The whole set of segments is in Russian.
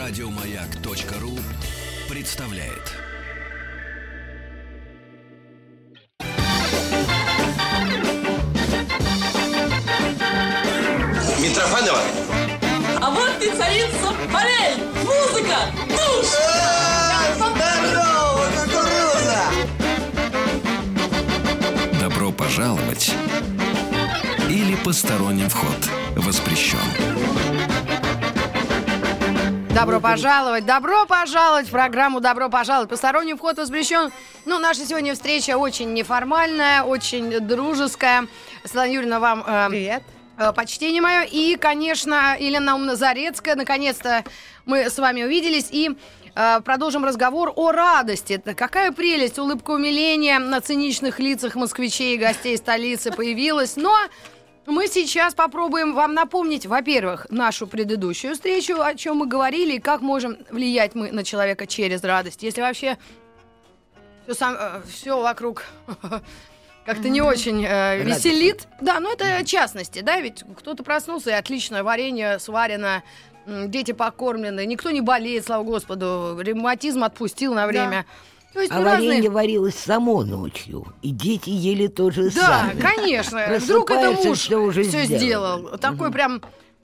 Радиомаяк.ру представляет. Митрофанова. А вот и царица полей! Музыка! Душ! Здорово, кукуруза! Добро пожаловать или посторонним вход воспрещен. Добро пожаловать в программу «Добро пожаловать». Посторонний вход воспрещен. Ну, наша сегодня встреча очень неформальная, очень дружеская. Светлана Юрьевна, вам привет. Почтение мое. И, конечно, Елена Наумовна Зарецкая. Наконец-то мы с вами увиделись и продолжим разговор о радости. Какая прелесть, улыбка умиления на циничных лицах москвичей и гостей столицы появилась. Но мы сейчас попробуем вам напомнить, во-первых, нашу предыдущую встречу, о чем мы говорили, и как можем влиять мы на человека через радость. Если вообще все вокруг как-то не очень веселит. Да, ну это частности, да, ведь кто-то проснулся, и отлично, варенье сварено, дети покормлены, никто не болеет, слава Господу, ревматизм отпустил на время. Да. То есть, варенье варилось само ночью, и дети ели то же самое. Да, конечно. Вдруг это муж все сделал. Такой прям...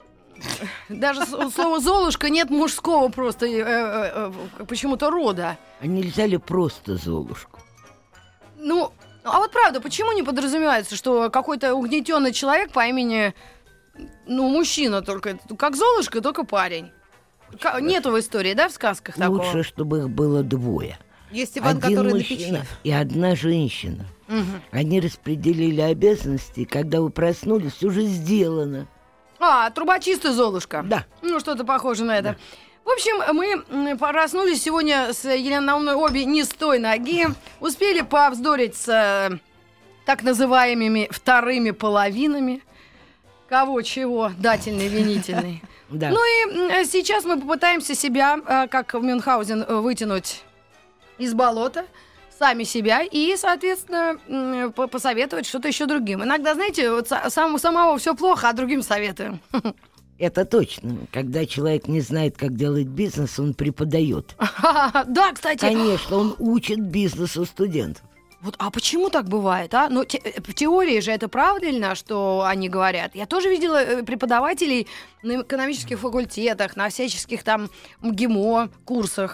Даже слова «золушка» нет мужского просто почему-то рода. А нельзя ли просто «золушку»? Ну, а вот правда, почему не подразумевается, что какой-то угнетенный человек по имени, мужчина только, как Золушка, только парень? Нету в истории, да, в сказках такого? Лучше, чтобы их было двое. Есть Иван, один который мужчина на печи. И одна женщина. Они распределили обязанности, и когда вы проснулись, уже сделано. Трубочист и Золушка. Да. Что-то похоже на это. Да. В общем, мы проснулись сегодня с Еленой Наумовной обе не с той ноги. Успели повздорить с так называемыми вторыми половинами. Кого чего, дательный, винительный. Да. Ну и сейчас мы попытаемся себя, как Мюнхгаузен, вытянуть из болота, сами себя, и, соответственно, посоветовать что-то еще другим. Иногда, знаете, вот самого все плохо, а другим советуем. Это точно. Когда человек не знает, как делать бизнес, он преподает. Да, кстати. Конечно, он учит бизнесу студентов. Вот, а почему так бывает, а? Ну, в теории же это правильно, что они говорят. Я тоже видела преподавателей на экономических факультетах, на всяческих там МГИМО курсах.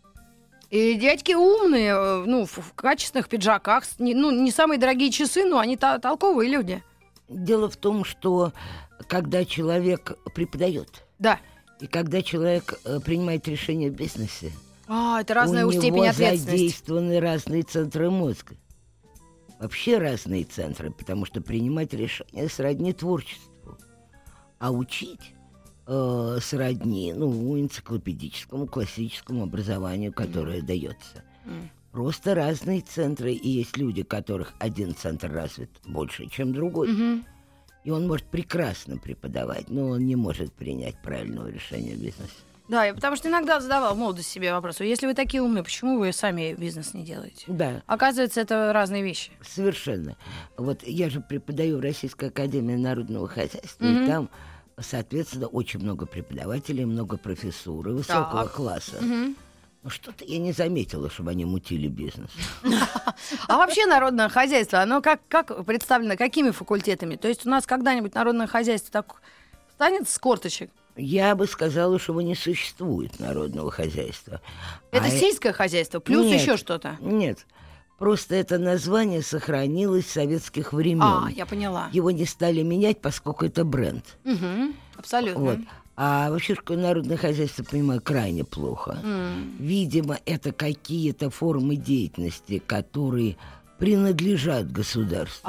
И дядьки умные, в качественных пиджаках, не самые дорогие часы, но они толковые люди. Дело в том, что когда человек преподает, да, и когда человек принимает решения в бизнесе, это разная степень ответственности. Задействованы разные центры мозга. Вообще разные центры, потому что принимать решения сродни творчеству, а учить сродни энциклопедическому, классическому образованию, которое дается. Просто разные центры, и есть люди, у которых один центр развит больше, чем другой. И он может прекрасно преподавать, но он не может принять правильного решения в бизнесе. Да, потому что иногда задавал в молодости себе вопрос: если вы такие умные, почему вы сами бизнес не делаете? Да. Оказывается, это разные вещи. Совершенно. Вот я же преподаю в Российской академии народного хозяйства, и там, соответственно, очень много преподавателей, много профессуры высокого класса. Но что-то я не заметила, чтобы они мутили бизнес. А вообще народное хозяйство, оно как представлено, какими факультетами? То есть у нас когда-нибудь народное хозяйство так встанет с корточек? Я бы сказала, что не существует народного хозяйства. Это сельское хозяйство плюс еще что-то? Нет. Просто это название сохранилось с советских времен. Я поняла. Его не стали менять, поскольку это бренд. Абсолютно. Вот. А вообще народное хозяйство, понимаю, крайне плохо. Видимо, это какие-то формы деятельности, которые принадлежат государству.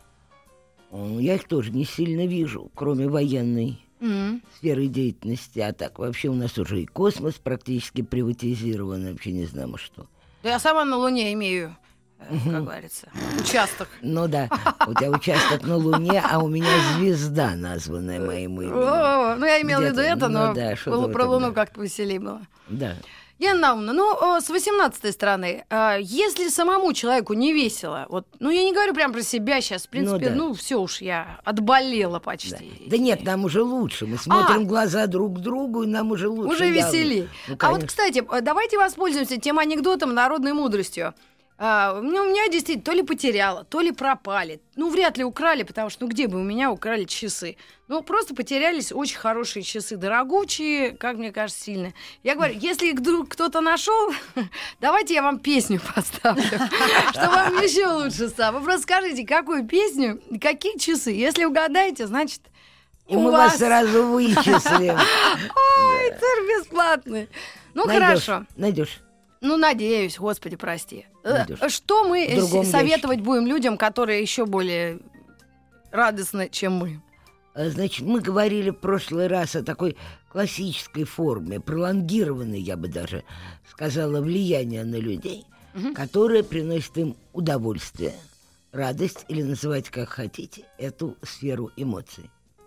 Я их тоже не сильно вижу, кроме военной сферы деятельности. А так вообще у нас уже и космос практически приватизирован, вообще не знаем что. Да я сама на Луне имею, как говорится, участок. Ну да, у тебя участок на Луне, а у меня звезда, названная моим именем. Я имела в виду это, но да, про Луну как-то веселее было. Да. Лена Наумовна, с 18-й стороны, если самому человеку не весело, вот, я не говорю прям про себя сейчас, в принципе, все уж я отболела почти. Да нет, нам уже лучше, мы смотрим в глаза друг другу, и нам уже лучше. Уже веселее. Вот, кстати, давайте воспользуемся тем анекдотом, народной мудростью. У меня действительно то ли потеряла, то ли пропали. Вряд ли украли, потому что, где бы у меня украли часы? Просто потерялись очень хорошие часы, дорогучие, как мне кажется, сильно. Я говорю, если их вдруг кто-то нашел, давайте я вам песню поставлю, чтобы вам еще лучше стало. Вы просто скажите, какую песню, какие часы. Если угадаете, значит, и мы вас сразу вычислим. Ой, цирк бесплатный. Хорошо. Найдешь. Надеюсь, Господи, прости. Что мы советовать будем людям, которые еще более радостны, чем мы? Значит, мы говорили в прошлый раз о такой классической форме, пролонгированной, я бы даже сказала, влияние на людей, которое приносит им удовольствие, радость, или называйте как хотите, эту сферу эмоций.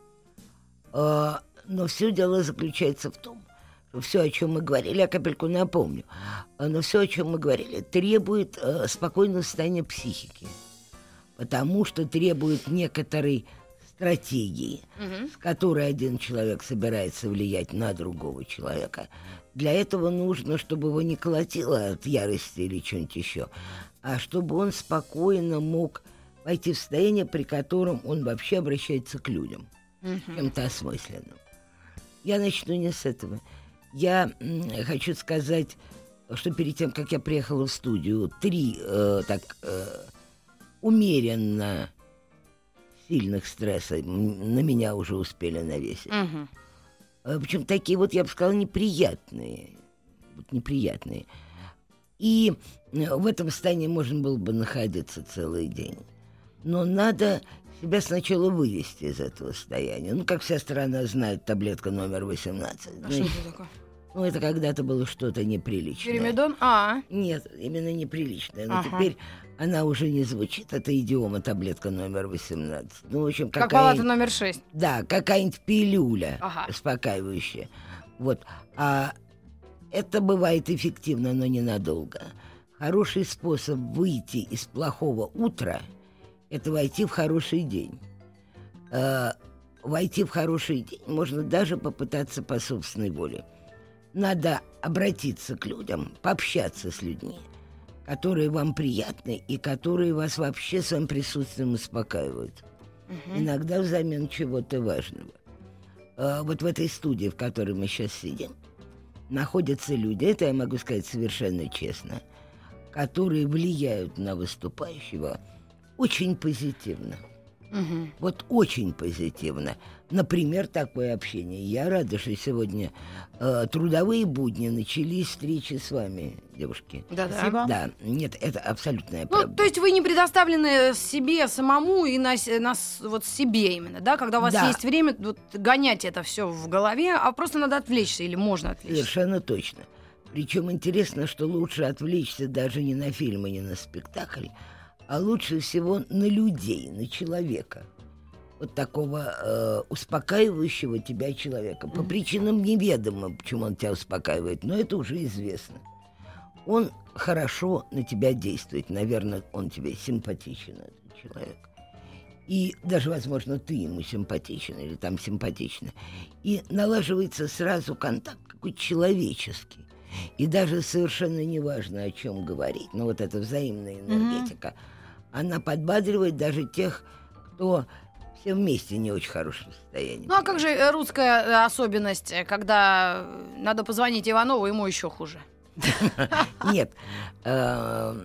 Но все дело заключается в том, все, о чем мы говорили, я капельку напомню, но все, о чем мы говорили, требует спокойного состояния психики, потому что требует некоторой стратегии, с которой один человек собирается влиять на другого человека. Для этого нужно, чтобы его не колотило от ярости или чего-нибудь еще, а чтобы он спокойно мог войти в состояние, при котором он вообще обращается к людям, чем-то осмысленным. Я начну не с этого. Я хочу сказать, что перед тем, как я приехала в студию, 3 умеренно сильных стресса на меня уже успели навесить. Причем такие я бы сказала, неприятные. И в этом состоянии можно было бы находиться целый день. Но надо себя сначала вывести из этого состояния. Как вся страна знает, таблетка номер 18. А что это такое? Это когда-то было что-то неприличное. Пиримидон? Нет, именно неприличное. Но теперь она уже не звучит. Это идиома таблетка номер 18. В общем, как палата номер 6. Да, какая-нибудь пилюля успокаивающая. А это бывает эффективно, но ненадолго. Хороший способ выйти из плохого утра — это войти в хороший день. Войти в хороший день можно даже попытаться по собственной воле. Надо обратиться к людям, пообщаться с людьми, которые вам приятны и которые вас вообще своим присутствием успокаивают. Иногда взамен чего-то важного. В этой студии, в которой мы сейчас сидим, находятся люди, это я могу сказать совершенно честно, которые влияют на выступающего очень позитивно. Очень позитивно. Например, такое общение. Я рада, что сегодня трудовые будни начались встречи с вами, девушки. Спасибо. Да, нет, это абсолютная правда. То есть вы не предоставлены себе самому и себе именно, да? Когда у вас есть время гонять это все в голове, а просто надо отвлечься или можно отвлечься. Совершенно точно. Причем интересно, что лучше отвлечься даже не на фильм и не на спектакль, а лучше всего на людей, на человека. Такого успокаивающего тебя человека. По причинам неведомым, почему он тебя успокаивает, но это уже известно. Он хорошо на тебя действует. Наверное, он тебе симпатичен, этот человек. И даже, возможно, ты ему симпатичен или там симпатична. И налаживается сразу контакт какой-то человеческий. И даже совершенно неважно, о чем говорить, но эта взаимная энергетика, она подбадривает даже тех, кто все вместе не очень хорошем состоянии. А как же русская особенность, когда надо позвонить Иванову, ему еще хуже? Нет, я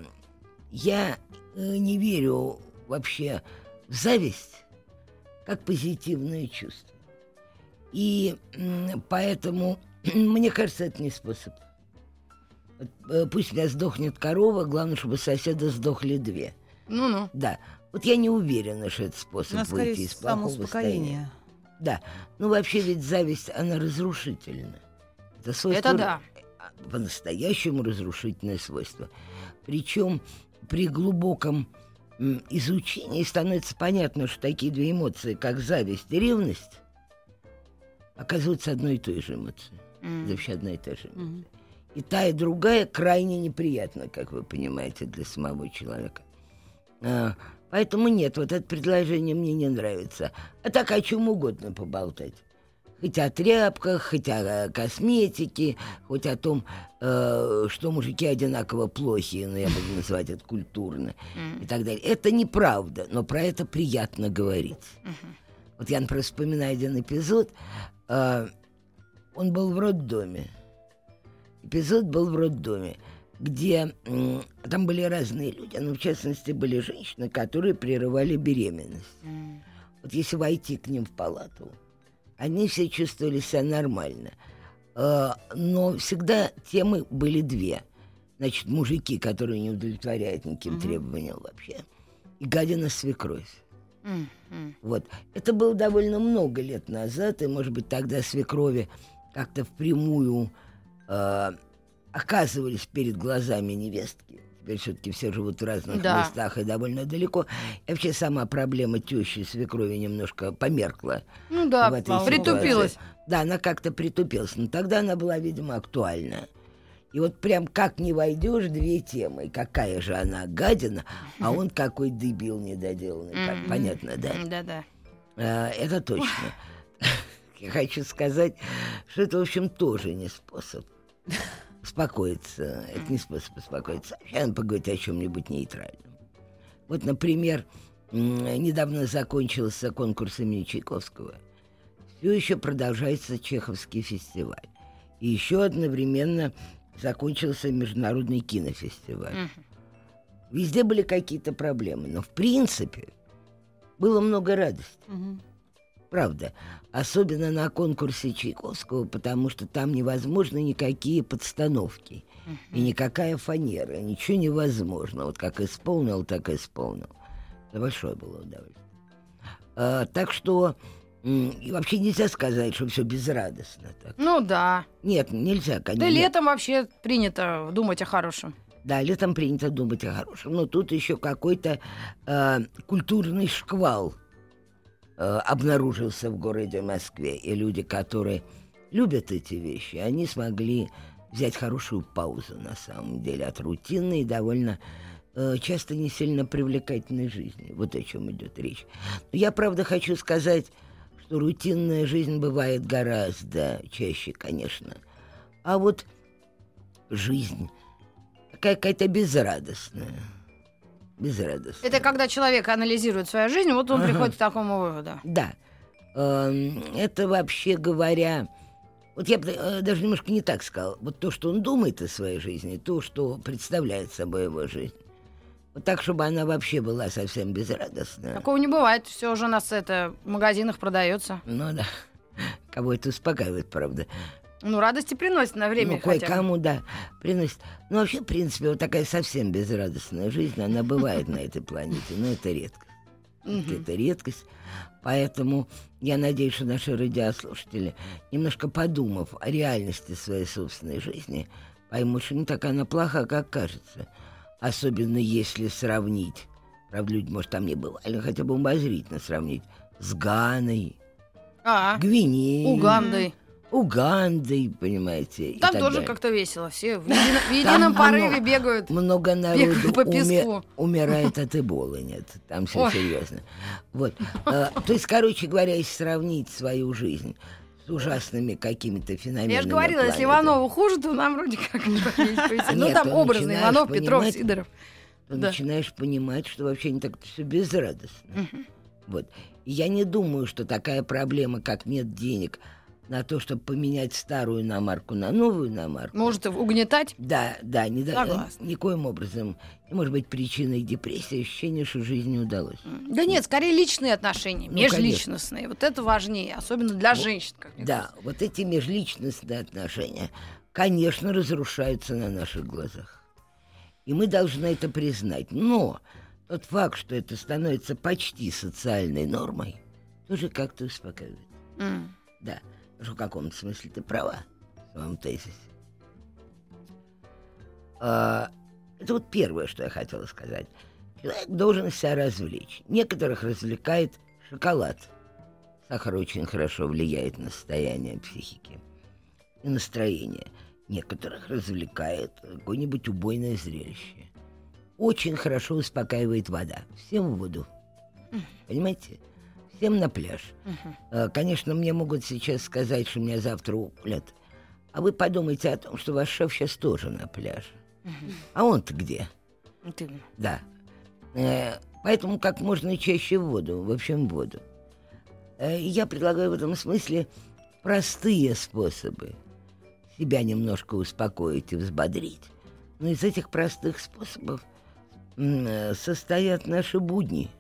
не верю вообще в зависть как позитивное чувство. И поэтому, мне кажется, это не способ. Пусть у меня сдохнет корова, главное, чтобы соседа сдохли 2. Да. Я не уверена, что это способ выйти из плохого состояния. Да. Вообще ведь зависть, она разрушительна. Это свойство. Это да. По-настоящему разрушительное свойство. Причем при глубоком изучении становится понятно, что такие 2 эмоции, как зависть и ревность, оказываются одной и той же эмоцией. Вообще одна и та же эмоция. И та, и другая крайне неприятна, как вы понимаете, для самого человека. Поэтому нет, вот это предложение мне не нравится. А так о чем угодно поболтать. Хоть о тряпках, хоть о косметике, хоть о том, что мужики одинаково плохие, но я буду называть это культурно, и так далее. Это неправда, но про это приятно говорить. Вот я, например, вспоминаю один эпизод. Он был в роддоме. Эпизод был в роддоме, где там были разные люди, но в частности были женщины, которые прерывали беременность. Вот если войти к ним в палату, они все чувствовали себя нормально. Но всегда темы были две. Значит, мужики, которые не удовлетворяют никаким требованиям вообще, и гадина свекровь. Вот. Это было довольно много лет назад, и, может быть, тогда свекрови как-то впрямую оказывались перед глазами невестки. Теперь все-таки все живут в разных местах и довольно далеко. И вообще сама проблема тещи и свекрови немножко померкла. Ну да, притупилась. Да, она как-то притупилась. Но тогда она была, видимо, актуальна. И вот прям как не войдешь, две темы. И какая же она гадина, а он какой дебил недоделанный. Понятно, да? Да-да. Это точно. Я хочу сказать, что это, в общем, тоже не способ успокоиться. Это не способ успокоиться. Вообще надо поговорить о чем-нибудь нейтральном. Вот, например, недавно закончился конкурс имени Чайковского. Все еще продолжается Чеховский фестиваль. И еще одновременно закончился Международный кинофестиваль. Везде были какие-то проблемы, но в принципе было много радости. Правда. Особенно на конкурсе Чайковского, потому что там невозможны никакие подстановки. И никакая фанера. Ничего невозможно. Вот как исполнил, так и исполнил. Это большое было удовольствие. Так что и вообще нельзя сказать, что все безрадостно. Так. Ну да. Нет, нельзя, конечно. Да летом вообще принято думать о хорошем. Да, летом принято думать о хорошем. Но тут еще какой-то культурный шквал обнаружился в городе Москве. И люди, которые любят эти вещи, они смогли взять хорошую паузу, на самом деле, от рутинной и довольно часто не сильно привлекательной жизни. Вот о чем идет речь. Но я, правда, хочу сказать, что рутинная жизнь бывает гораздо чаще, конечно. А вот жизнь какая-то безрадостная. Это когда человек анализирует свою жизнь, вот он приходит к такому выводу. Да. Это, вообще говоря, вот я бы даже немножко не так сказал. Вот то, что он думает о своей жизни, то, что представляет собой его жизнь. Вот так, чтобы она вообще была совсем безрадостная. Такого не бывает. Все уже у нас это в магазинах продается. Ну да. Кого это успокаивает, правда. Ну, радости приносит на время. Ну, кое-кому, да, приносит. Ну, вообще, в принципе, вот такая совсем безрадостная жизнь, она бывает на этой планете, но это редкость. Это редкость. Поэтому я надеюсь, что наши радиослушатели, немножко подумав о реальности своей собственной жизни, поймут, что не такая она плоха, как кажется. Особенно если сравнить, правда, люди, может, там не бывали, но хотя бы обозрительно сравнить с Ганой, Гвинеей, Угандой, понимаете. Там тоже как-то весело. Все в едином порыве бегают. Много народу по песку. Умирает от эболы, нет. Там все серьезно. Вот. То есть, короче говоря, если сравнить свою жизнь с ужасными какими-то феноменами. Я же говорила, если Иванову хуже, то нам вроде как есть. Ну, там образный Иванов, Петров, Сидоров. Ты начинаешь понимать, что вообще не так все безрадостно. Вот. И я не думаю, что такая проблема, как нет денег на то, чтобы поменять старую иномарку на новую иномарку. Может угнетать? Да, никоим образом. И может быть причиной депрессии, ощущение, что жизнь не удалось. Да нет, скорее личные отношения, межличностные. Вот это важнее, особенно для женщин. Как мне кажется. Вот эти межличностные отношения, конечно, разрушаются на наших глазах. И мы должны это признать. Но тот факт, что это становится почти социальной нормой, тоже как-то успокаивает. Да. В каком-то смысле ты права в своем тезисе. Это вот первое, что я хотела сказать. Человек должен себя развлечь. Некоторых развлекает шоколад. Сахар очень хорошо влияет на состояние психики и настроение. некоторых развлекает какое-нибудь убойное зрелище. Очень хорошо успокаивает вода. Всем в воду. Понимаете? Всем на пляж. Конечно, мне могут сейчас сказать, что меня завтра уволят. А вы подумайте о том, что ваш шеф сейчас тоже на пляже. А он-то где? Да. Поэтому как можно чаще в воду. В общем, в воду. Я предлагаю в этом смысле простые способы себя немножко успокоить и взбодрить. Но из этих простых способов состоят наши будни.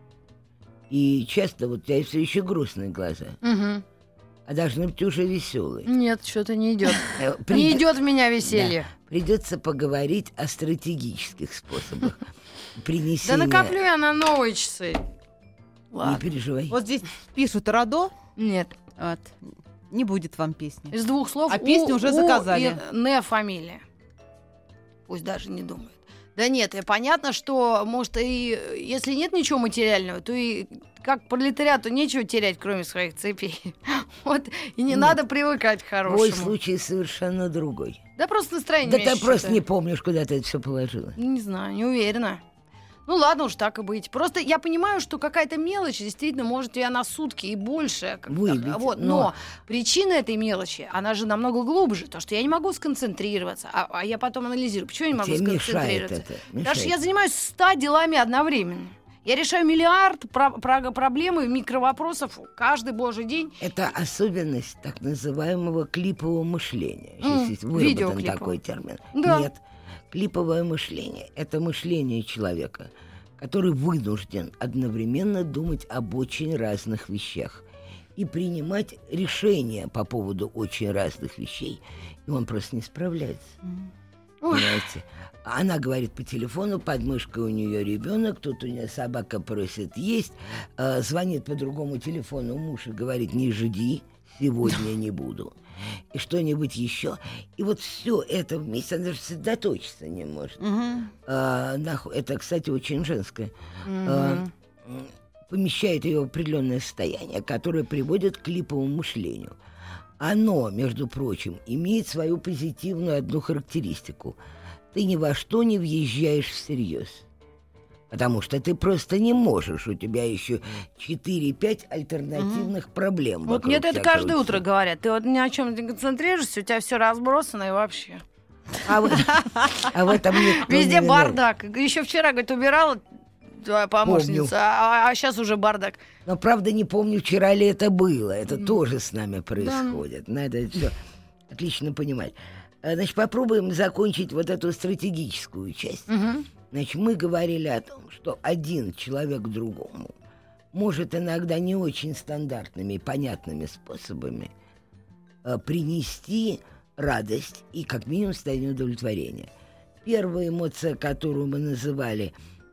И часто вот у тебя все еще грустные глаза. А должны быть уже веселые. Нет, что-то не идет. Не идет в меня веселье. Да. Придется поговорить о стратегических способах принесения. Да накоплю я на новые часы. Ладно. Не переживай. Вот здесь пишут Радо. Нет. Вот. Не будет вам песни. Из двух слов. А песню уже заказали. Не фамилия. Пусть даже не думают. Да нет, и понятно, что, может, и если нет ничего материального, то и как пролетариату нечего терять, кроме своих цепей. Вот, и не надо привыкать к хорошему. Твой случай совершенно другой. Да просто настроение. Да ты просто не помнишь, куда ты это все положила. Не знаю, не уверена. Ну ладно уж, так и быть. Просто я понимаю, что какая-то мелочь действительно может тебя на сутки и больше. Выбить, вот, но причина этой мелочи, она же намного глубже. То, что я не могу сконцентрироваться, а я потом анализирую, почему я не могу сконцентрироваться. Потому что я занимаюсь 100 делами одновременно. Я решаю миллиард проблем и микровопросов каждый божий день. Это особенность так называемого клипового мышления. Сейчас есть выработан такой термин. Да. Нет. Клиповое мышление – это мышление человека, который вынужден одновременно думать об очень разных вещах и принимать решения по поводу очень разных вещей. И он просто не справляется. Понимаете? Она говорит по телефону, под мышкой у нее ребенок, тут у нее собака просит есть, звонит по другому телефону муж и говорит: не жди, сегодня не буду. И что-нибудь еще. И вот все это вместе, она даже сосредоточиться не может. Это, кстати, очень женское. Помещает ее в определенное состояние, которое приводит к клиповому мышлению. Оно, между прочим, имеет свою позитивную одну характеристику. Ты ни во что не въезжаешь всерьез. Потому что ты просто не можешь, у тебя еще 4-5 альтернативных проблем. Вот мне это каждое утро говорят. Ты вот ни о чем не концентрируешься, у тебя все разбросано и вообще. А в этом везде бардак. Еще вчера, говорит, убирала твоя помощница, а сейчас уже бардак. Но правда не помню, вчера ли это было. Это тоже с нами происходит. Надо это все отлично понимать. Значит, попробуем закончить вот эту стратегическую часть. Значит, мы говорили о том, что один человек другому может иногда не очень стандартными и понятными способами принести радость и как минимум состояние удовлетворения. Первая эмоция, которую мы называли,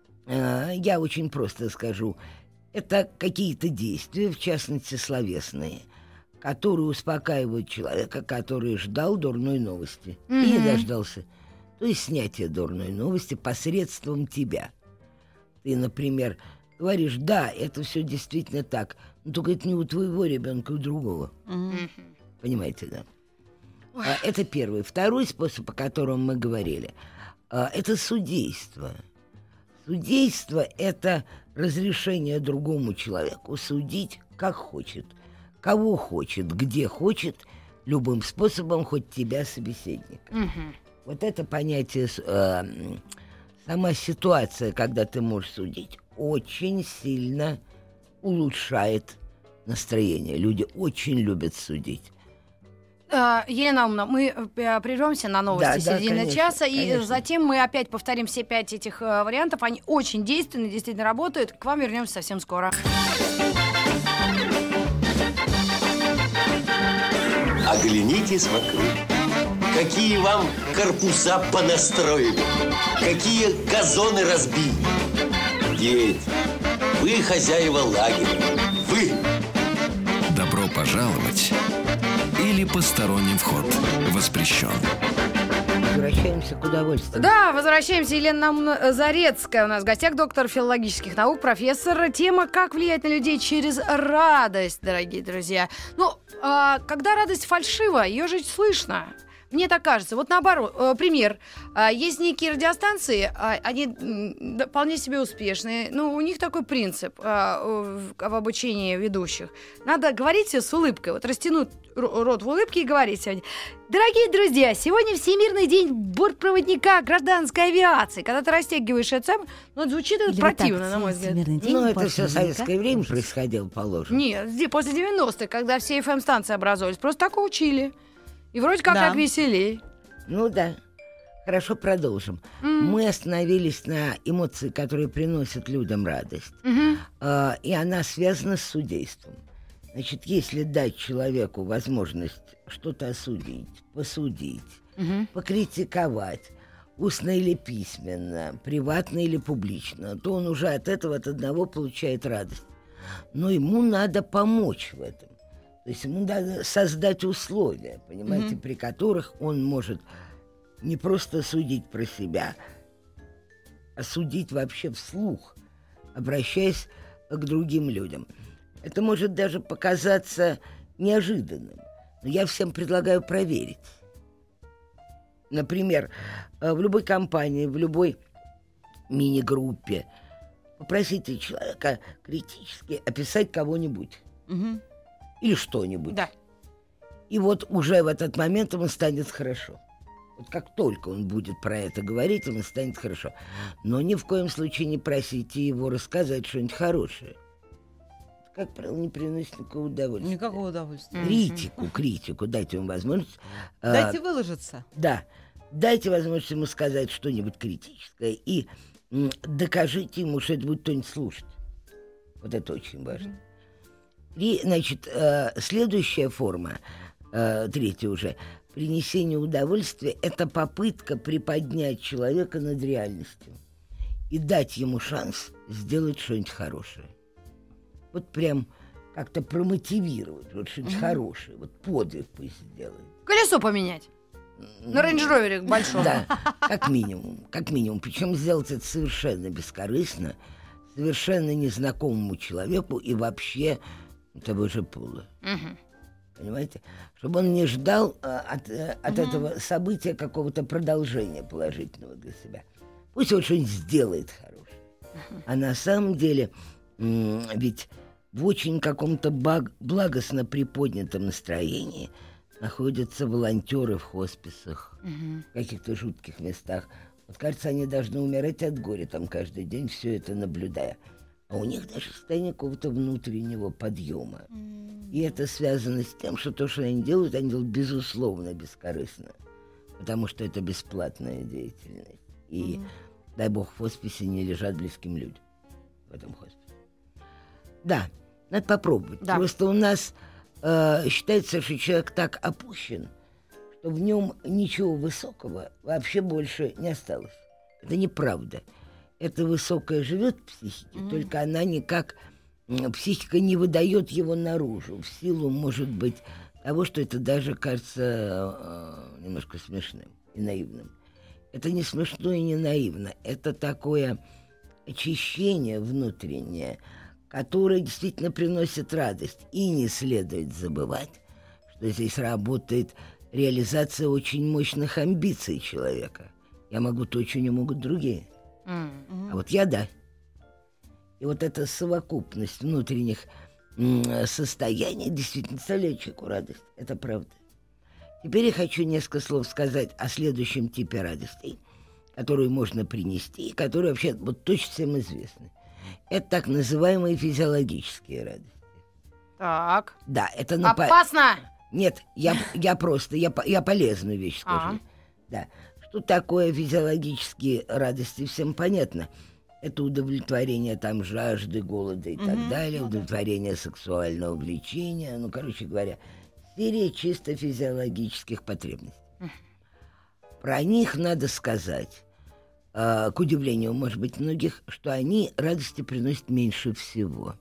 я очень просто скажу, это какие-то действия, в частности словесные, которые успокаивают человека, который ждал дурной новости и не дождался. То есть снятие дурной новости посредством тебя. Ты, например, говоришь: да, это все действительно так, но только это не у твоего ребенка, у другого. Понимаете, да? Это первый. Второй способ, о котором мы говорили, это судейство. Судейство – это разрешение другому человеку судить, как хочет, кого хочет, где хочет, любым способом, хоть тебя, собеседника. Вот это понятие, сама ситуация, когда ты можешь судить, очень сильно улучшает настроение. Люди очень любят судить. Елена Наумовна, мы прервемся на новости середины часа, конечно. И затем мы опять повторим все 5 этих вариантов. Они очень действенны, действительно работают. К вам вернемся совсем скоро. Оглянитесь вокруг. Какие вам корпуса понастроили, какие газоны разбили. Дети, вы хозяева лагеря, вы. Добро пожаловать или посторонним вход воспрещен. Возвращаемся к удовольствию. Да, возвращаемся. Елена Наумовна Зарецкая у нас в гостях, доктор филологических наук, профессор. Тема «Как влиять на людей через радость», дорогие друзья. Ну, когда радость фальшива, ее же слышно. Мне так кажется. Вот наоборот, пример. Есть некие радиостанции, они вполне себе успешные. Ну, у них такой принцип в обучении ведущих. Надо говорить с улыбкой. Вот растянуть рот в улыбке и говорить сегодня. Дорогие друзья, сегодня Всемирный день бортпроводника гражданской авиации. Когда ты растягиваешь это самое, ну, это звучит это противно, на мой взгляд. Ну, это все в советское время происходило, положено. Нет, после 90-х, когда все FM-станции образовались, просто так учили. И вроде как так веселей. Ну да. Хорошо, продолжим. Мы остановились на эмоции, которые приносят людям радость. И она связана с судейством. Значит, если дать человеку возможность что-то осудить, посудить, покритиковать, устно или письменно, приватно или публично, то он уже от этого от одного получает радость. Но ему надо помочь в этом. То есть ему надо создать условия, понимаете, при которых он может не просто судить про себя, а судить вообще вслух, обращаясь к другим людям. Это может даже показаться неожиданным, но я всем предлагаю проверить. Например, в любой компании, в любой мини-группе попросите человека критически описать кого-нибудь. Или что-нибудь. Да. И вот уже в этот момент ему станет хорошо. Вот как только он будет про это говорить, ему станет хорошо. Но ни в коем случае не просите его рассказать что-нибудь хорошее. Как правило, не приносит никакого удовольствия. Никакого удовольствия. Критику. Дайте ему возможность... Дайте выложиться. Да. Дайте возможность ему сказать что-нибудь критическое и докажите ему, что это будет кто-нибудь слушать. Вот это очень важно. И, значит, следующая форма, третья уже, принесение удовольствия, это попытка приподнять человека над реальностью и дать ему шанс сделать что-нибудь хорошее. Вот прям как-то промотивировать, вот что-нибудь хорошее, вот подвиг пусть сделает. Колесо поменять. На рейндж-ровере большом. Да, как минимум. Причем сделать это совершенно бескорыстно, совершенно незнакомому человеку и вообще того же пола. Понимаете? Чтобы он не ждал от этого события какого-то продолжения положительного для себя. Пусть он что-нибудь сделает хорошее. А на самом деле ведь в очень каком-то благостно приподнятом настроении находятся волонтеры в хосписах, в каких-то жутких местах. Вот, кажется, они должны умирать от горя там каждый день, все это наблюдая. А у них даже состояние какого-то внутреннего подъема. И это связано с тем, что то, что они делают безусловно бескорыстно. Потому что это бесплатная деятельность. И, дай бог, в хосписе не лежат близким людям. В этом хосписе. Да, надо попробовать. Да. Просто у нас считается, что человек так опущен, что в нем ничего высокого вообще больше не осталось. Это неправда. Это высокое живет в психике, только она никак, психика не выдает его наружу, в силу, может быть, того, что это даже кажется немножко смешным и наивным. Это не смешно и не наивно. Это такое очищение внутреннее, которое действительно приносит радость. И не следует забывать, что здесь работает реализация очень мощных амбиций человека. Я могу то, что не могут другие. А вот я да. И вот эта совокупность внутренних состояний действительно доставляет человеку радость. Это правда. Теперь я хочу несколько слов сказать о следующем типе радостей, которую можно принести, и которые вообще вот точно всем известны. Это так называемые физиологические радости. Так. Да, это... Опасно! Нет, я полезную вещь скажу. Да. Что такое физиологические радости, всем понятно. Это удовлетворение там жажды, голода и так далее, удовлетворение сексуального влечения, ну, короче говоря, серия чисто физиологических потребностей. Про них надо сказать, к удивлению, может быть, многих, что они радости приносят меньше всего.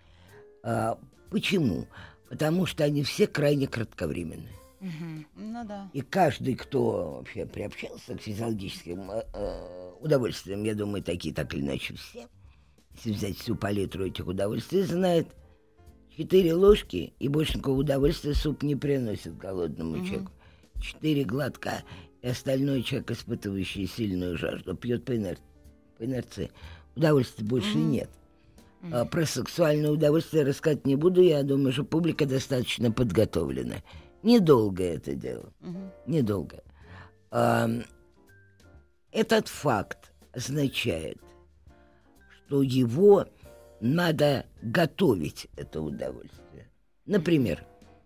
Почему? Потому что они все крайне кратковременные. Ну да. И каждый, кто вообще приобщался к физиологическим удовольствиям, я думаю, такие так или иначе все, если взять всю палитру этих удовольствий, знает, 4 ложки и больше никакого удовольствия суп не приносит голодному человеку. 4 глотка, и остальной человек, испытывающий сильную жажду, пьет по инерции. Удовольствия больше нет. Про сексуальное удовольствие рассказать не буду, я думаю, что публика достаточно подготовлена. Недолго это дело. Недолго. Этот факт означает, что его надо готовить, это удовольствие. Например,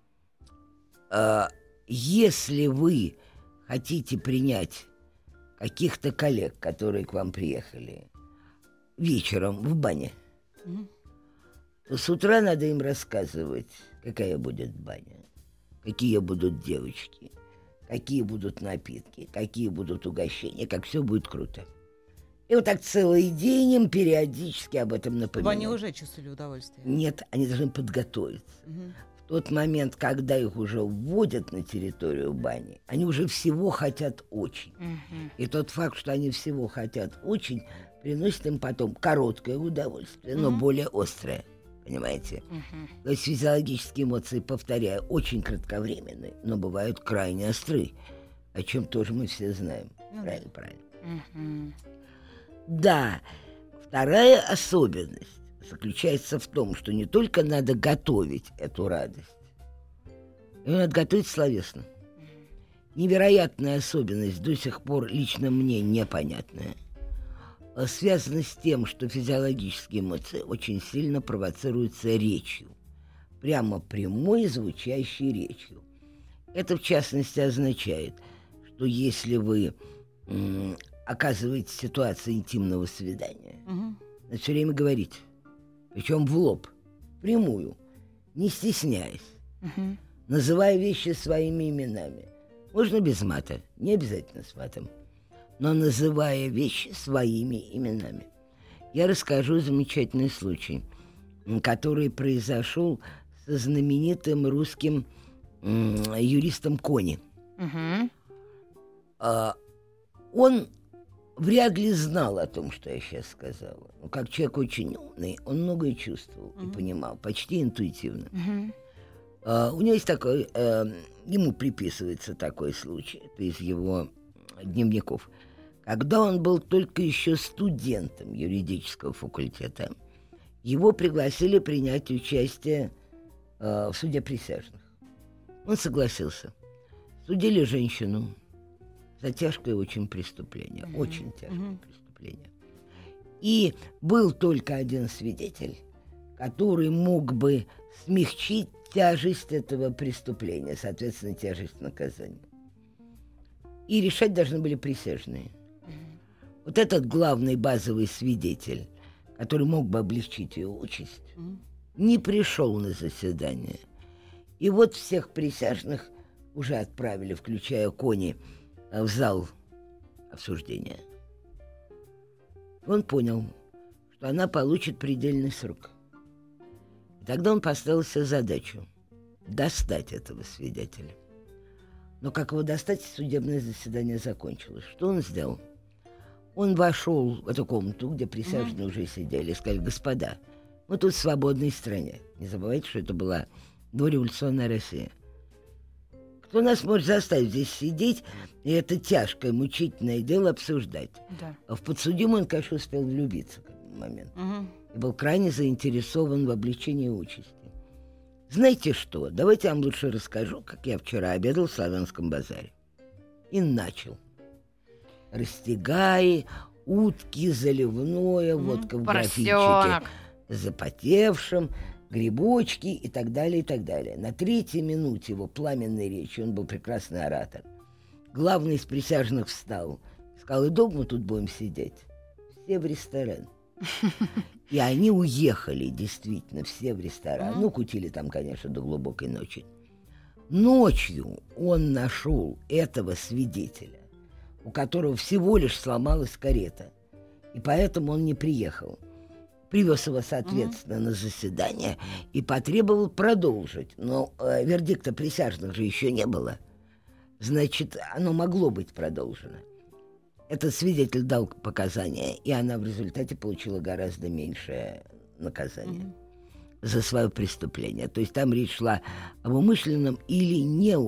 если вы хотите принять каких-то коллег, которые к вам приехали вечером в бане, то с утра надо им рассказывать, какая будет баня, какие будут девочки, какие будут напитки, какие будут угощения, как все будет круто. И вот так целый день им периодически об этом напоминать. Они уже чувствовали удовольствие? Нет, они должны подготовиться. В тот момент, когда их уже вводят на территорию бани, они уже всего хотят очень. И тот факт, что они всего хотят очень, приносит им потом короткое удовольствие, но более острое. Понимаете? То есть физиологические эмоции, повторяю, очень кратковременные, но бывают крайне острые, о чем тоже мы все знаем. Правильно. Да, вторая особенность заключается в том, что не только надо готовить эту радость, ее надо готовить словесно. Невероятная особенность, до сих пор лично мне непонятная, связана с тем, что физиологические эмоции очень сильно провоцируются речью. Прямо прямой звучащей речью. Это, в частности, означает, что если вы оказываетесь в ситуации интимного свидания, надо все время говорить. Причем в лоб, прямую, не стесняясь, называя вещи своими именами. Можно без мата, не обязательно с матом, но называя вещи своими именами. Я расскажу замечательный случай, который произошел со знаменитым русским юристом Кони. Он вряд ли знал о том, что я сейчас сказала. Но как человек очень умный, он многое чувствовал и понимал, почти интуитивно. У него есть такой, ему приписывается такой случай, это из его дневников. Когда он был только еще студентом юридического факультета, его пригласили принять участие в суде присяжных. Он согласился. Судили женщину за тяжкое очень преступление, очень тяжкое преступление. И был только один свидетель, который мог бы смягчить тяжесть этого преступления, соответственно, тяжесть наказания. И решать должны были присяжные. Вот этот главный базовый свидетель, который мог бы облегчить ее участь, не пришел на заседание. И вот всех присяжных уже отправили, включая Кони, в зал обсуждения. Он понял, что она получит предельный срок. И тогда он поставил себе задачу достать этого свидетеля. Но как его достать, судебное заседание закончилось. Что он сделал? Он вошел в эту комнату, где присяжные уже сидели, и сказали: господа, мы тут в свободной стране. Не забывайте, что это была дореволюционная Россия. Кто нас может заставить здесь сидеть и это тяжкое, мучительное дело обсуждать? Да. А в подсудимую он, конечно, успел влюбиться к этому моменту. И был крайне заинтересован в облегчении участи. Знаете что? Давайте я вам лучше расскажу, как я вчера обедал в Славянском базаре. И начал. Растягай, утки, заливное, водка в графинчике запотевшем, грибочки и так далее, и так далее. На 3-й минуте его пламенной речи, он был прекрасный оратор, главный из присяжных встал, сказал: и долго мы тут будем сидеть? Все в ресторан. И они уехали, действительно, все в ресторан. Ну, кутили там, конечно, до глубокой ночи. Ночью он нашел этого свидетеля, у которого всего лишь сломалась карета, и поэтому он не приехал. Привез его, соответственно, на заседание и потребовал продолжить. Но вердикта присяжных же еще не было. Значит, оно могло быть продолжено. Этот свидетель дал показания, и она в результате получила гораздо меньшее наказание за свое преступление. То есть там речь шла об умышленном или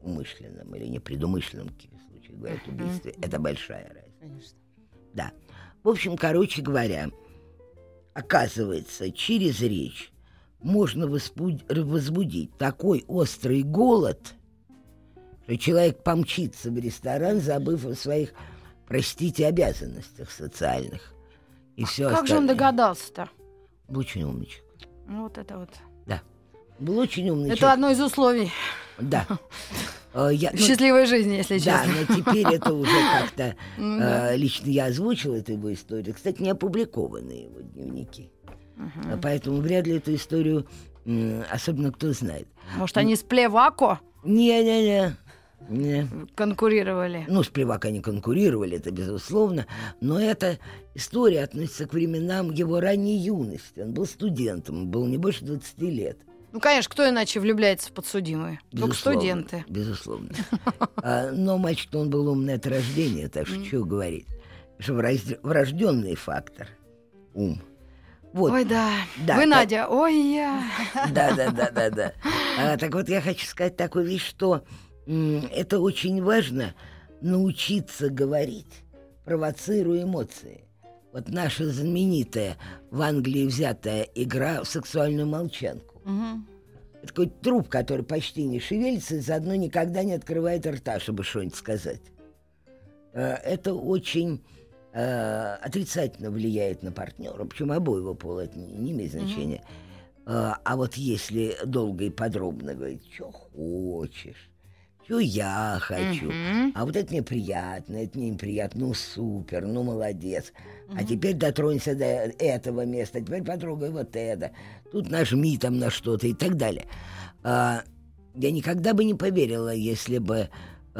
умышленном или непредумышленном, в каких случаях говорят, убийстве, это большая разница. Конечно. Да. В общем, короче говоря, оказывается, через речь можно возбудить такой острый голод, что человек помчится в ресторан, забыв о своих, простите, обязанностях социальных. И все Как же он догадался-то? Был очень умничек. Вот это вот. Да. Был очень умный Это человек. одно из условий Да. счастливой жизни, если Да, честно. но теперь это уже как-то... Лично я озвучил эту его историю. Кстати, не опубликованы его дневники. Поэтому вряд ли эту историю особенно кто знает. Может, они с Плевако Не. конкурировали? Ну, с Плевако они конкурировали, это безусловно. Но эта история относится к временам его ранней юности. Он был студентом, был не больше 20 лет. Ну, конечно, кто иначе влюбляется в подсудимые? Только Безусловно, студенты. Безусловно. Но мальчик-то он был умный от рождения, так что чего говорить. Что врожденный фактор — ум. Вот. Ой, да. Да, Вы, да. Надя, ой, я. Да. Так вот, я хочу сказать такую вещь, что это очень важно научиться говорить, провоцируя эмоции. Вот наша знаменитая в Англии взятая игра в сексуальную молчанку. Это такой труп, который почти не шевелится и заодно никогда не открывает рта, чтобы что-нибудь сказать. Это очень отрицательно влияет на партнера, причем обоего пола, это не имеет значения. А вот если долго и подробно говорить, что хочешь, что я хочу, а вот это мне приятно, это мне неприятно, ну супер, ну молодец, а теперь дотронься до этого места, теперь потрогай вот это, тут нажми там на что-то и так далее. Я никогда бы не поверила, если бы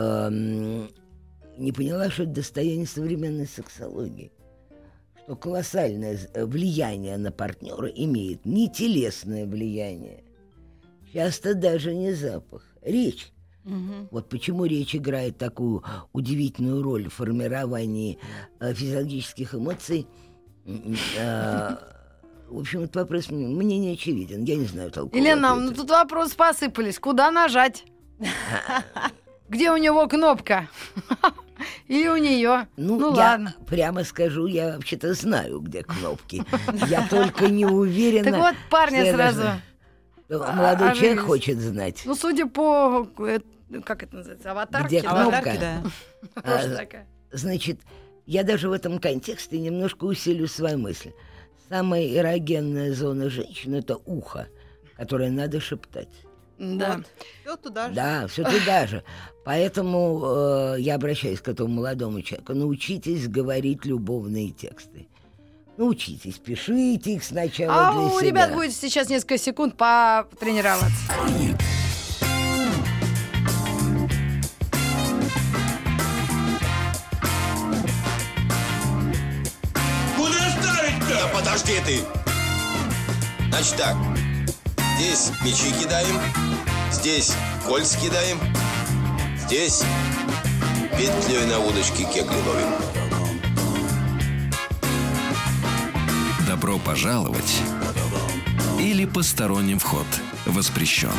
не поняла, что это достояние современной сексологии. Что колоссальное влияние на партнера имеет не телесное влияние, часто даже не запах, речь. Вот почему речь играет такую удивительную роль в формировании физиологических эмоций. В общем, этот вопрос мне не очевиден. Я не знаю толкового Елена, ответа. ну тут вопросы посыпались. Куда нажать? Где у него кнопка? Или у нее? Ну я ладно. прямо скажу, я вообще-то знаю, где кнопки. Я только не уверена. Так вот, парня что я сразу. должна- Молодой человек оживились. хочет знать. Ну, судя по... Как это называется? Аватарке? Где да? кнопка? Аватарки, да. Похоже такая. Значит, я даже в этом контексте немножко усилю свою мысль. Самая эрогенная зона женщины — это ухо, которое надо шептать. Да. Все туда же. Да, все туда же. Поэтому я обращаюсь к этому молодому человеку. Научитесь говорить любовные тексты. Научитесь, пишите их сначала А для у себя. ребят будет сейчас несколько секунд потренироваться. Куда ставить-то? Да подожди ты! Значит так, здесь мячи кидаем, здесь кольца кидаем, здесь петлей на удочке кегли ловим. Добро пожаловать или посторонним вход воспрещен.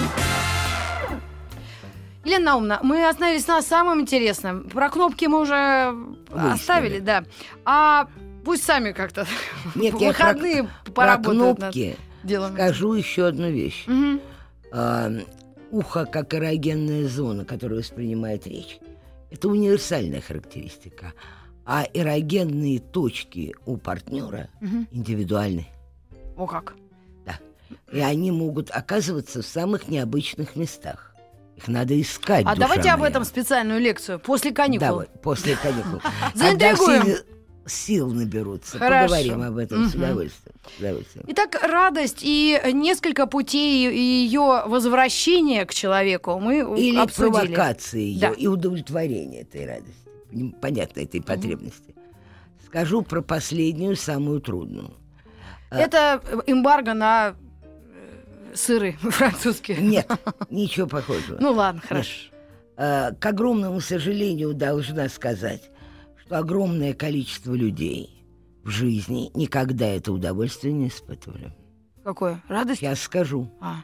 Елена Наумовна, мы остановились на самом интересном. Про кнопки мы уже оставили, да. А пусть сами как-то Нет, в я выходные про поработают над кнопки делом. скажу еще одну вещь. Мгм. Ухо как эрогенная зона, которая воспринимает речь, это универсальная характеристика. А эрогенные точки у партнера индивидуальны. О как. Да. И они могут оказываться в самых необычных местах. Их надо искать. А душа давайте об моя. этом специальную лекцию после каникул. Давай, после каникул. Заинтригуем. Когда все сил наберутся. Хорошо. Поговорим об этом с Мгм. удовольствием. С удовольствием. Итак, радость и несколько путей ее возвращения к человеку мы Или обсудили. провокации ее Да. и удовлетворения этой радости. Понятно, этой потребности. Скажу про последнюю, самую трудную. Это эмбарго на сыры французские. Нет, ничего похожего. Ну ладно, хорошо. К огромному сожалению, должна сказать, что огромное количество людей в жизни никогда это удовольствие не испытывали. Какое? Радость? Сейчас скажу. А.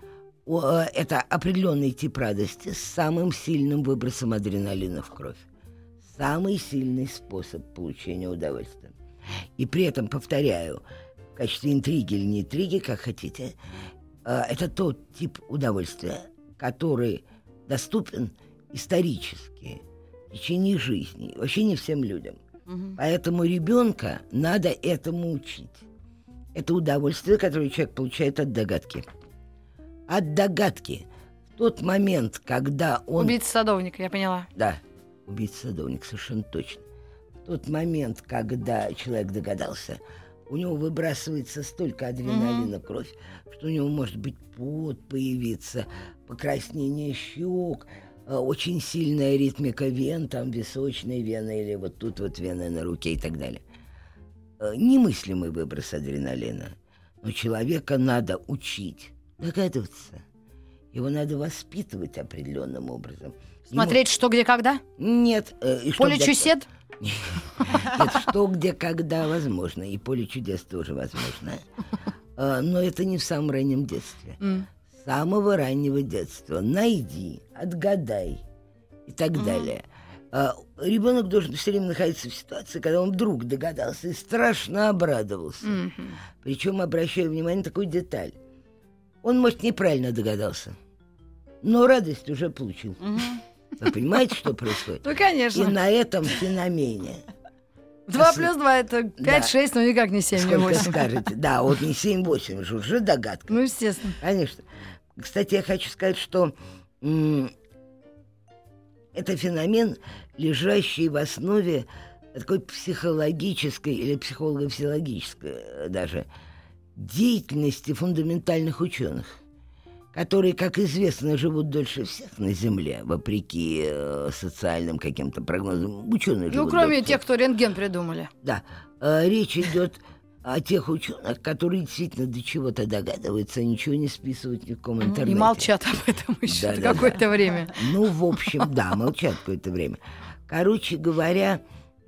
Это определенный тип радости с самым сильным выбросом адреналина в кровь. Самый сильный способ получения удовольствия. И при этом, повторяю, в качестве интриги или не интриги, как хотите, это тот тип удовольствия, который доступен исторически в течение жизни, вообще не всем людям. Поэтому ребенка надо этому учить. Это удовольствие, которое человек получает от догадки. От догадки. В тот момент, когда он... Убийца садовника, я поняла. Да, убийца садовник, совершенно точно. В тот момент, когда человек догадался, у него выбрасывается столько адреналина в кровь, что у него может быть пот появиться, покраснение щек, очень сильная ритмика вен, там височная вена или вот тут вот вена на руке и так далее. Немыслимый выброс адреналина. Но человека надо учить, догадываться. Его надо воспитывать определенным образом. Смотреть, что, где, когда? Нет. Поле чудес? Нет, что, где, когда возможно. И поле чудес тоже возможно. Но это не в самом раннем детстве. С самого раннего детства. Найди, отгадай и так далее. Ребенок должен все время находиться в ситуации, когда он вдруг догадался и страшно обрадовался. Причем, обращаю внимание на такую деталь. Он, может, неправильно догадался, но радость уже получил. Вы понимаете, что происходит? Ну, конечно. И на этом феномене. 2 плюс 2 это 5-6, но никак не 7, не Сколько 8. скажете? Да, вот не 7-8, уже догадка. Ну, естественно. Конечно. Кстати, я хочу сказать, что это феномен, лежащий в основе такой психологической или психолого-физиологической даже деятельности фундаментальных ученых, которые, как известно, живут дольше всех на Земле, вопреки социальным каким-то прогнозам. Ученые живут кроме дольше тех, кто рентген придумали. Да. Речь идет о тех ученых, которые действительно до чего-то догадываются, ничего не списывают ни в каком интернете. И молчат об этом еще Да. какое-то время. Ну, в общем, да, молчат какое-то время. Короче говоря,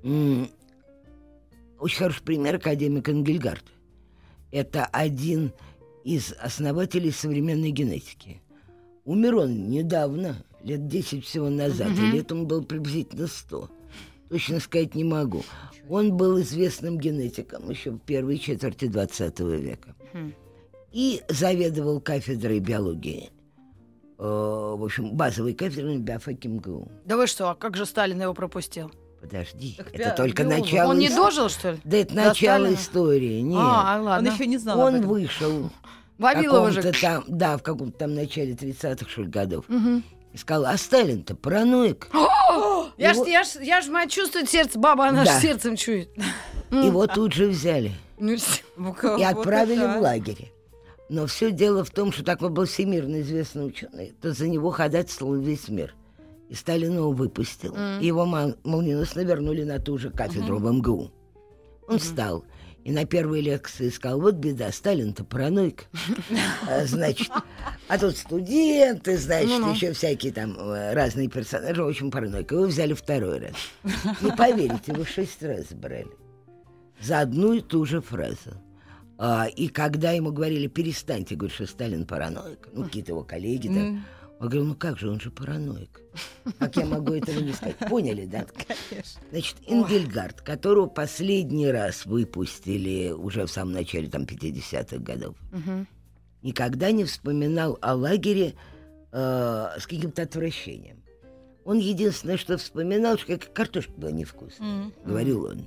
очень хороший пример академик Энгельгард. Это один из основателей современной генетики. Умер он недавно, лет 10 всего назад, и лет он был приблизительно 100. Точно сказать не могу. Он был известным генетиком еще в первой четверти 20 века. И заведовал кафедрой биологии. В общем, базовой кафедрой биофаки МГУ. Да вы что, а как же Сталин его пропустил? Подожди, Так это только биолог. начало... Он не дожил, что ли? Да это До начало Сталина? истории. Нет. Он Ладно. еще не знал об Он этом. вышел Вавилова же. там, да, в каком-то там начале 30-х, что ли, годов. И сказал, а Сталин-то параноик. Я ж мать чувствует сердце, баба, она Да. ж сердцем чует. Его тут же взяли Ну, и отправили в лагерь. Но все дело в том, что так как был всемирно известный ученый, то за него ходатайствовал весь мир. И Сталин его выпустил. И его молниеносно вернули на ту же кафедру в МГУ. Он встал и на первой лекции сказал, вот беда, Сталин-то параноик. Значит, а тут студенты, значит, еще всякие там разные персонажи, очень параноик. Его взяли второй раз. Не поверите, его 6 раз брали. За одну и ту же фразу. И когда ему говорили, перестаньте говорить, что Сталин параноик, ну, какие-то его коллеги, да, он говорил, ну как же, он же параноик. Как я могу этого не сказать? Поняли, да? Конечно. Значит, Энгельгард, которого последний раз выпустили уже в самом начале там 50-х годов, никогда не вспоминал о лагере с каким-то отвращением. Он единственное, что вспоминал, что как картошка была невкусная, говорил он.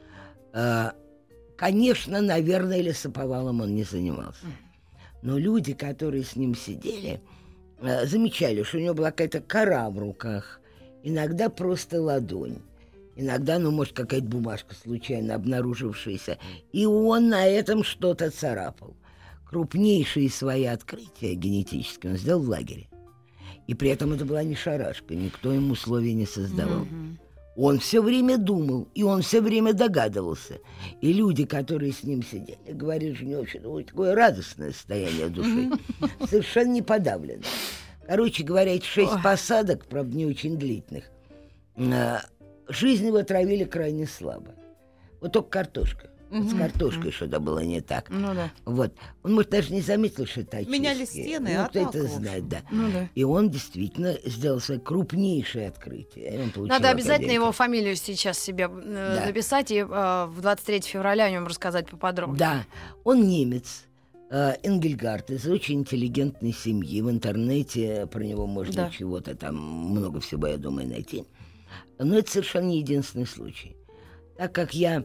Конечно, наверное, лесоповалом он не занимался. Но люди, которые с ним сидели, замечали, что у него была какая-то кора в руках, иногда просто ладонь, иногда, ну, может, какая-то бумажка случайно обнаружившаяся, и он на этом что-то царапал. Крупнейшие свои открытия генетические он сделал в лагере. И при этом это была не шарашка, никто ему условий не создавал. Он все время думал, и он все время догадывался. И люди, которые с ним сидели, говорили, что у него вообще такое радостное состояние души, совершенно не подавленное. Короче говоря, эти 6 посадок, правда, не очень длительных, жизнь его травили крайне слабо. Вот только картошка. С картошкой что-то было не так. Ну да. Вот. Он, может, даже не заметил, что это очистки. Меняли стены, ну, а кто так, это в общем. знает, да. Ну да. И он действительно сделал свое крупнейшее открытие. И он получил Надо обязательно академию. его фамилию сейчас себе записать и в 23 февраля о нем рассказать поподробнее. Да, он немец. Энгельгард из очень интеллигентной семьи. В интернете про него можно Да. чего-то там, много всего, я думаю, найти. Но это совершенно не единственный случай. Так как я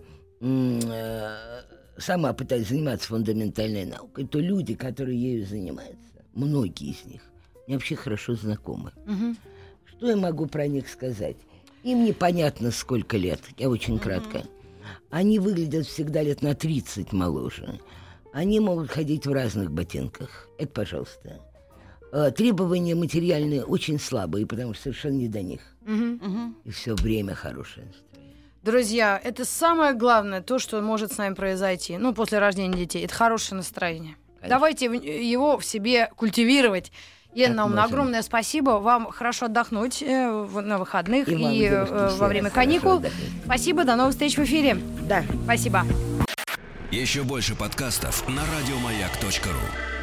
сама пытаюсь заниматься фундаментальной наукой, то люди, которые ею занимаются, многие из них, мне вообще хорошо знакомы. Мгм. Что я могу про них сказать? Им непонятно, сколько лет. Я очень кратко. Они выглядят всегда лет на 30 моложе. Они могут ходить в разных ботинках. Это, пожалуйста. Требования материальные очень слабые, потому что совершенно не до них. И все время хорошее настроение. Друзья, это самое главное, то, что может с нами произойти, ну, после рождения детей, это хорошее настроение. Конечно. Давайте его в себе культивировать. Елена Наумовна, можем. огромное спасибо. Вам хорошо отдохнуть на выходных И вам, и девушки, все во время хорошо каникул. отдохнуть. Спасибо, до новых встреч в эфире. Да. Спасибо. Еще больше подкастов на радиомаяк.ру.